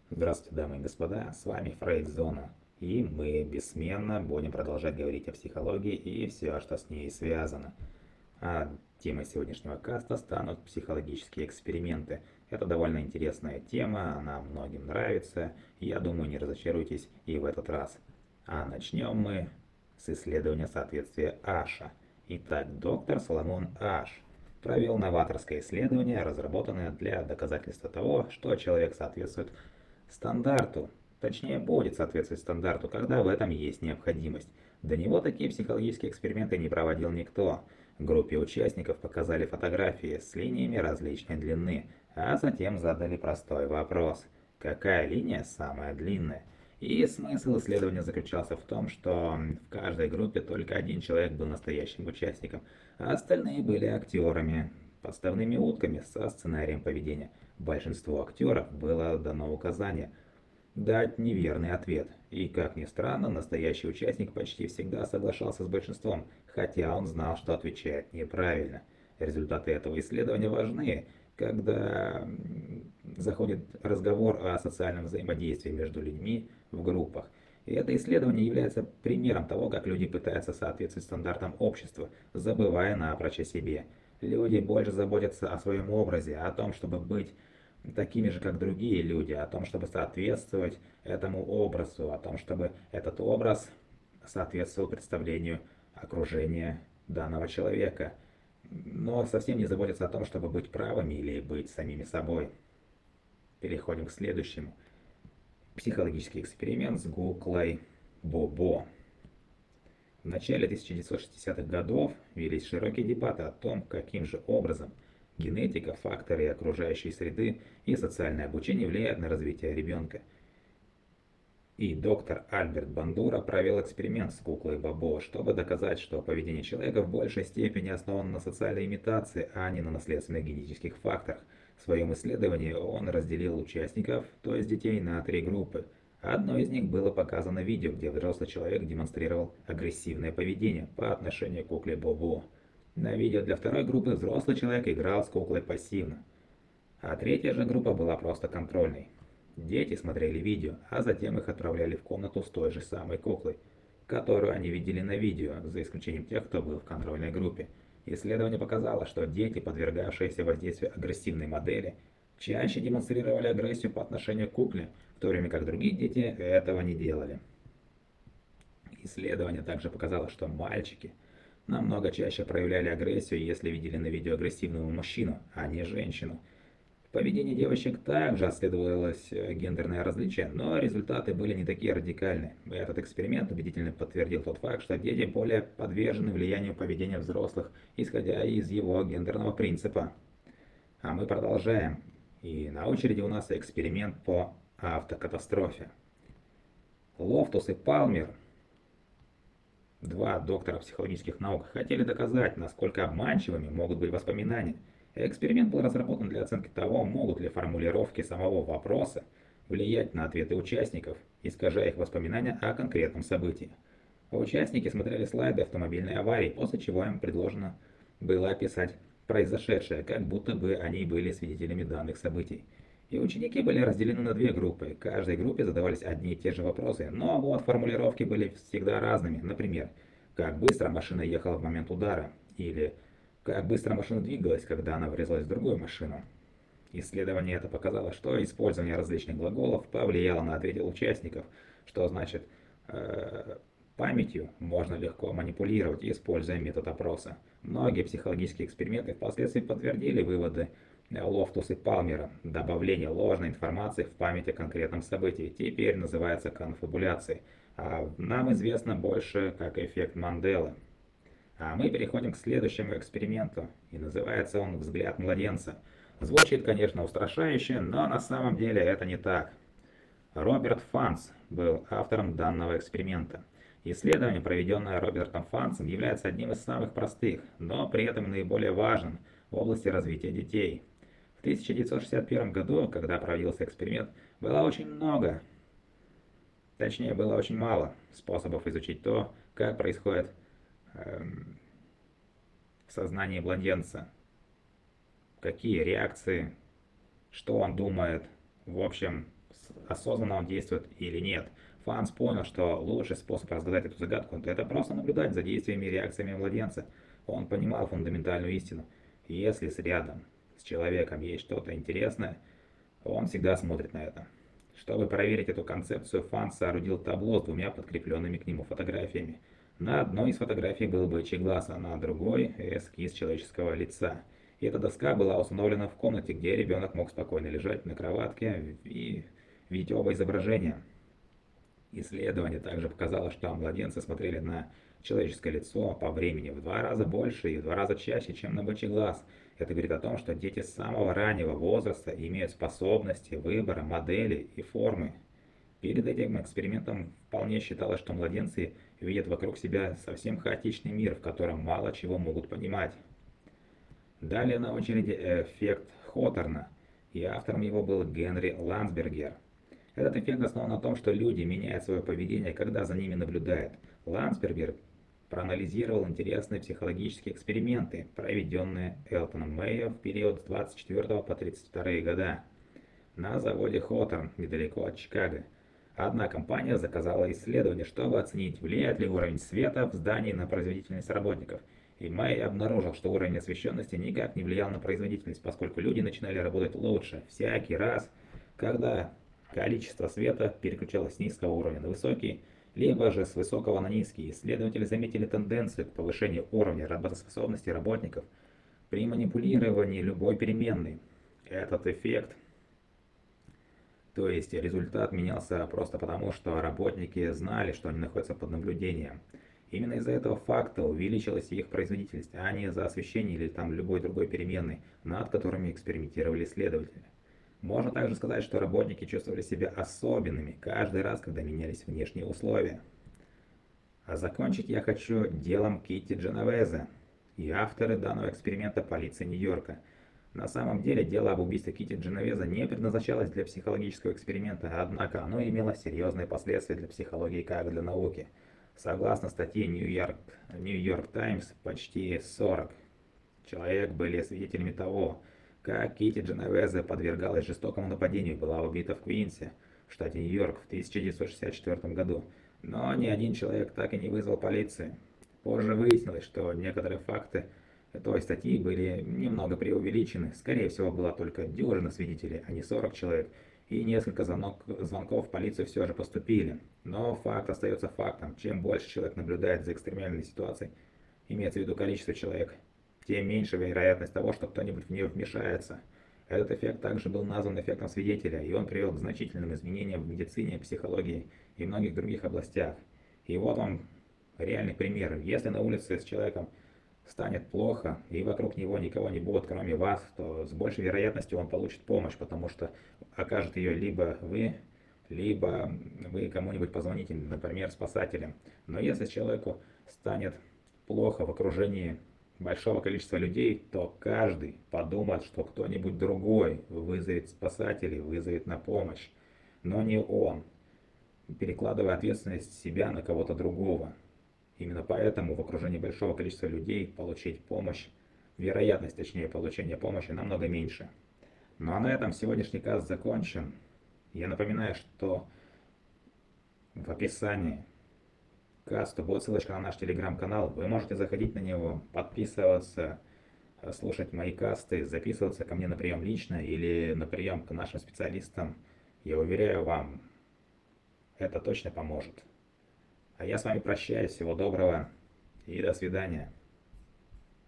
Здравствуйте, дамы и господа, с вами Фрейд-зона, и мы бессменно будем продолжать говорить о психологии и все, что с ней связано. А темой сегодняшнего каста станут психологические эксперименты. Это довольно интересная тема, она многим нравится, и я думаю, не разочаруйтесь и в этот раз. А начнем мы с исследования соответствия Аша. Итак, доктор Соломон Аш провел новаторское исследование, разработанное для доказательства того, что человек соответствует стандарту, точнее будет соответствовать стандарту, когда в этом есть необходимость. До него такие психологические эксперименты не проводил никто. Группе участников показали фотографии с линиями различной длины, а затем задали простой вопрос: какая линия самая длинная? И смысл исследования заключался в том, что в каждой группе только один человек был настоящим участником, а остальные были актерами, подставными утками со сценарием поведения. Большинству актеров было дано указание дать неверный ответ, и, как ни странно, настоящий участник почти всегда соглашался с большинством, хотя он знал, что отвечает неправильно. Результаты этого исследования важны, когда заходит разговор о социальном взаимодействии между людьми в группах. И это исследование является примером того, как люди пытаются соответствовать стандартам общества, забывая напрочь о себе. Люди больше заботятся о своем образе, о том, чтобы быть такими же, как другие люди, о том, чтобы соответствовать этому образу, о том, чтобы этот образ соответствовал представлению окружения данного человека, но совсем не заботятся о том, чтобы быть правыми или быть самими собой. Переходим к следующему. Психологический эксперимент с Гуклой Бобо. В начале 1960-х годов велись широкие дебаты о том, каким же образом генетика, факторы окружающей среды и социальное обучение влияют на развитие ребенка. И доктор Альберт Бандура провел эксперимент с куклой Бобо, чтобы доказать, что поведение человека в большей степени основано на социальной имитации, а не на наследственных генетических факторах. В своем исследовании он разделил участников, то есть детей, на три группы. Одной из них было показано видео, где взрослый человек демонстрировал агрессивное поведение по отношению к кукле Бобо. На видео для второй группы взрослый человек играл с куклой пассивно, а третья же группа была просто контрольной. Дети смотрели видео, а затем их отправляли в комнату с той же самой куклой, которую они видели на видео, за исключением тех, кто был в контрольной группе. Исследование показало, что дети, подвергавшиеся воздействию агрессивной модели, чаще демонстрировали агрессию по отношению к кукле, в то время как другие дети этого не делали. Исследование также показало, что мальчики намного чаще проявляли агрессию, если видели на видео агрессивного мужчину, а не женщину. В поведении девочек также отследовалось гендерное различие, но результаты были не такие радикальные. Этот эксперимент убедительно подтвердил тот факт, что дети более подвержены влиянию поведения взрослых, исходя из его гендерного принципа. А мы продолжаем. И на очереди у нас эксперимент по автокатастрофе. Лофтус и Палмер, два доктора психологических наук, хотели доказать, насколько обманчивыми могут быть воспоминания. Эксперимент был разработан для оценки того, могут ли формулировки самого вопроса влиять на ответы участников, искажая их воспоминания о конкретном событии. Участники смотрели слайды автомобильной аварии, после чего им предложено было описать произошедшее, как будто бы они были свидетелями данных событий. И ученики были разделены на две группы. Каждой группе задавались одни и те же вопросы, но вот формулировки были всегда разными. Например, как быстро машина ехала в момент удара, или как быстро машина двигалась, когда она врезалась в другую машину. Исследование это показало, что использование различных глаголов повлияло на ответы участников, что значит, памятью можно легко манипулировать, используя метод опроса. Многие психологические эксперименты впоследствии подтвердили выводы Лофтус и Палмера. Добавление ложной информации в память о конкретном событии теперь называется конфабуляцией, а нам известно больше как эффект Манделы. А мы переходим к следующему эксперименту, и называется он «Взгляд младенца». Звучит, конечно, устрашающе, но на самом деле это не так. Роберт Фанс был автором данного эксперимента. Исследование, проведенное Робертом Фансом, является одним из самых простых, но при этом наиболее важным в области развития детей. В 1961 году, когда проводился эксперимент, было очень мало способов изучить то, как происходит в сознании младенца, какие реакции, что он думает, в общем, осознанно он действует или нет. Фанс понял, что лучший способ разгадать эту загадку – это просто наблюдать за действиями и реакциями младенца. Он понимал фундаментальную истину. Если рядом с человеком есть что-то интересное, он всегда смотрит на это. Чтобы проверить эту концепцию, Фанс соорудил табло с двумя подкрепленными к нему фотографиями. На одной из фотографий был бычий глаз, а на другой – эскиз человеческого лица. И эта доска была установлена в комнате, где ребенок мог спокойно лежать на кроватке и видеть оба изображения. Исследование также показало, что младенцы смотрели на человеческое лицо по времени в 2 раза больше и в 2 раза чаще, чем на бычий глаз. Это говорит о том, что дети с самого раннего возраста имеют способности выбора модели и формы. Перед этим экспериментом вполне считалось, что младенцы видят вокруг себя совсем хаотичный мир, в котором мало чего могут понимать. Далее на очереди эффект Хоторна, и автором его был Генри Ландсбергер. Этот эффект основан на том, что люди меняют свое поведение, когда за ними наблюдают. Ландсбергер проанализировал интересные психологические эксперименты, проведенные Элтоном Мэйо в период с 24 по 32 года на заводе Хоторн, недалеко от Чикаго. Одна компания заказала исследование, чтобы оценить, влияет ли уровень света в здании на производительность работников. И Мэй обнаружил, что уровень освещенности никак не влиял на производительность, поскольку люди начинали работать лучше всякий раз, когда количество света переключалось с низкого уровня на высокий, либо же с высокого на низкий. Исследователи заметили тенденцию к повышению уровня работоспособности работников при манипулировании любой переменной. Этот эффект, то есть результат, менялся просто потому, что работники знали, что они находятся под наблюдением. Именно из-за этого факта увеличилась их производительность, а не за освещение или там любой другой переменной, над которыми экспериментировали исследователи. Можно также сказать, что работники чувствовали себя особенными каждый раз, когда менялись внешние условия. А закончить я хочу делом Китти Дженовезе и авторы данного эксперимента полиции Нью-Йорка. На самом деле дело об убийстве Китти Дженовезе не предназначалось для психологического эксперимента, однако оно имело серьезные последствия для психологии как для науки. Согласно статье Нью-Йорк Таймс, почти 40 человек были свидетелями того, как Китти Дженовезе подвергалась жестокому нападению и была убита в Квинсе, в штате Нью-Йорк в 1964 году. Но ни один человек так и не вызвал полицию. Позже выяснилось, что некоторые факты той статьи были немного преувеличены. Скорее всего, была только дюжина свидетелей, а не 40 человек, и несколько звонков в полицию все же поступили. Но факт остается фактом. Чем больше человек наблюдает за экстремальной ситуацией, имеется в виду количество человек, тем меньше вероятность того, что кто-нибудь в нее вмешается. Этот эффект также был назван эффектом свидетеля, и он привел к значительным изменениям в медицине, психологии и многих других областях. И вот вам реальный пример. Если на улице с человеком станет плохо, и вокруг него никого не будет, кроме вас, то с большей вероятностью он получит помощь, потому что окажет ее либо вы кому-нибудь позвоните, например, спасателям. Но если человеку станет плохо в окружении большого количества людей, то каждый подумает, что кто-нибудь другой вызовет спасателей, вызовет на помощь, но не он, перекладывая ответственность себя на кого-то другого. Именно поэтому в окружении большого количества людей получить помощь, вероятность, точнее, получения помощи намного меньше. Ну а на этом сегодняшний каст закончен. Я напоминаю, что в описании к касту будет ссылочка на наш телеграм-канал. Вы можете заходить на него, подписываться, слушать мои касты, записываться ко мне на прием лично или на прием к нашим специалистам. Я уверяю вам, это точно поможет. А я с вами прощаюсь, всего доброго и до свидания.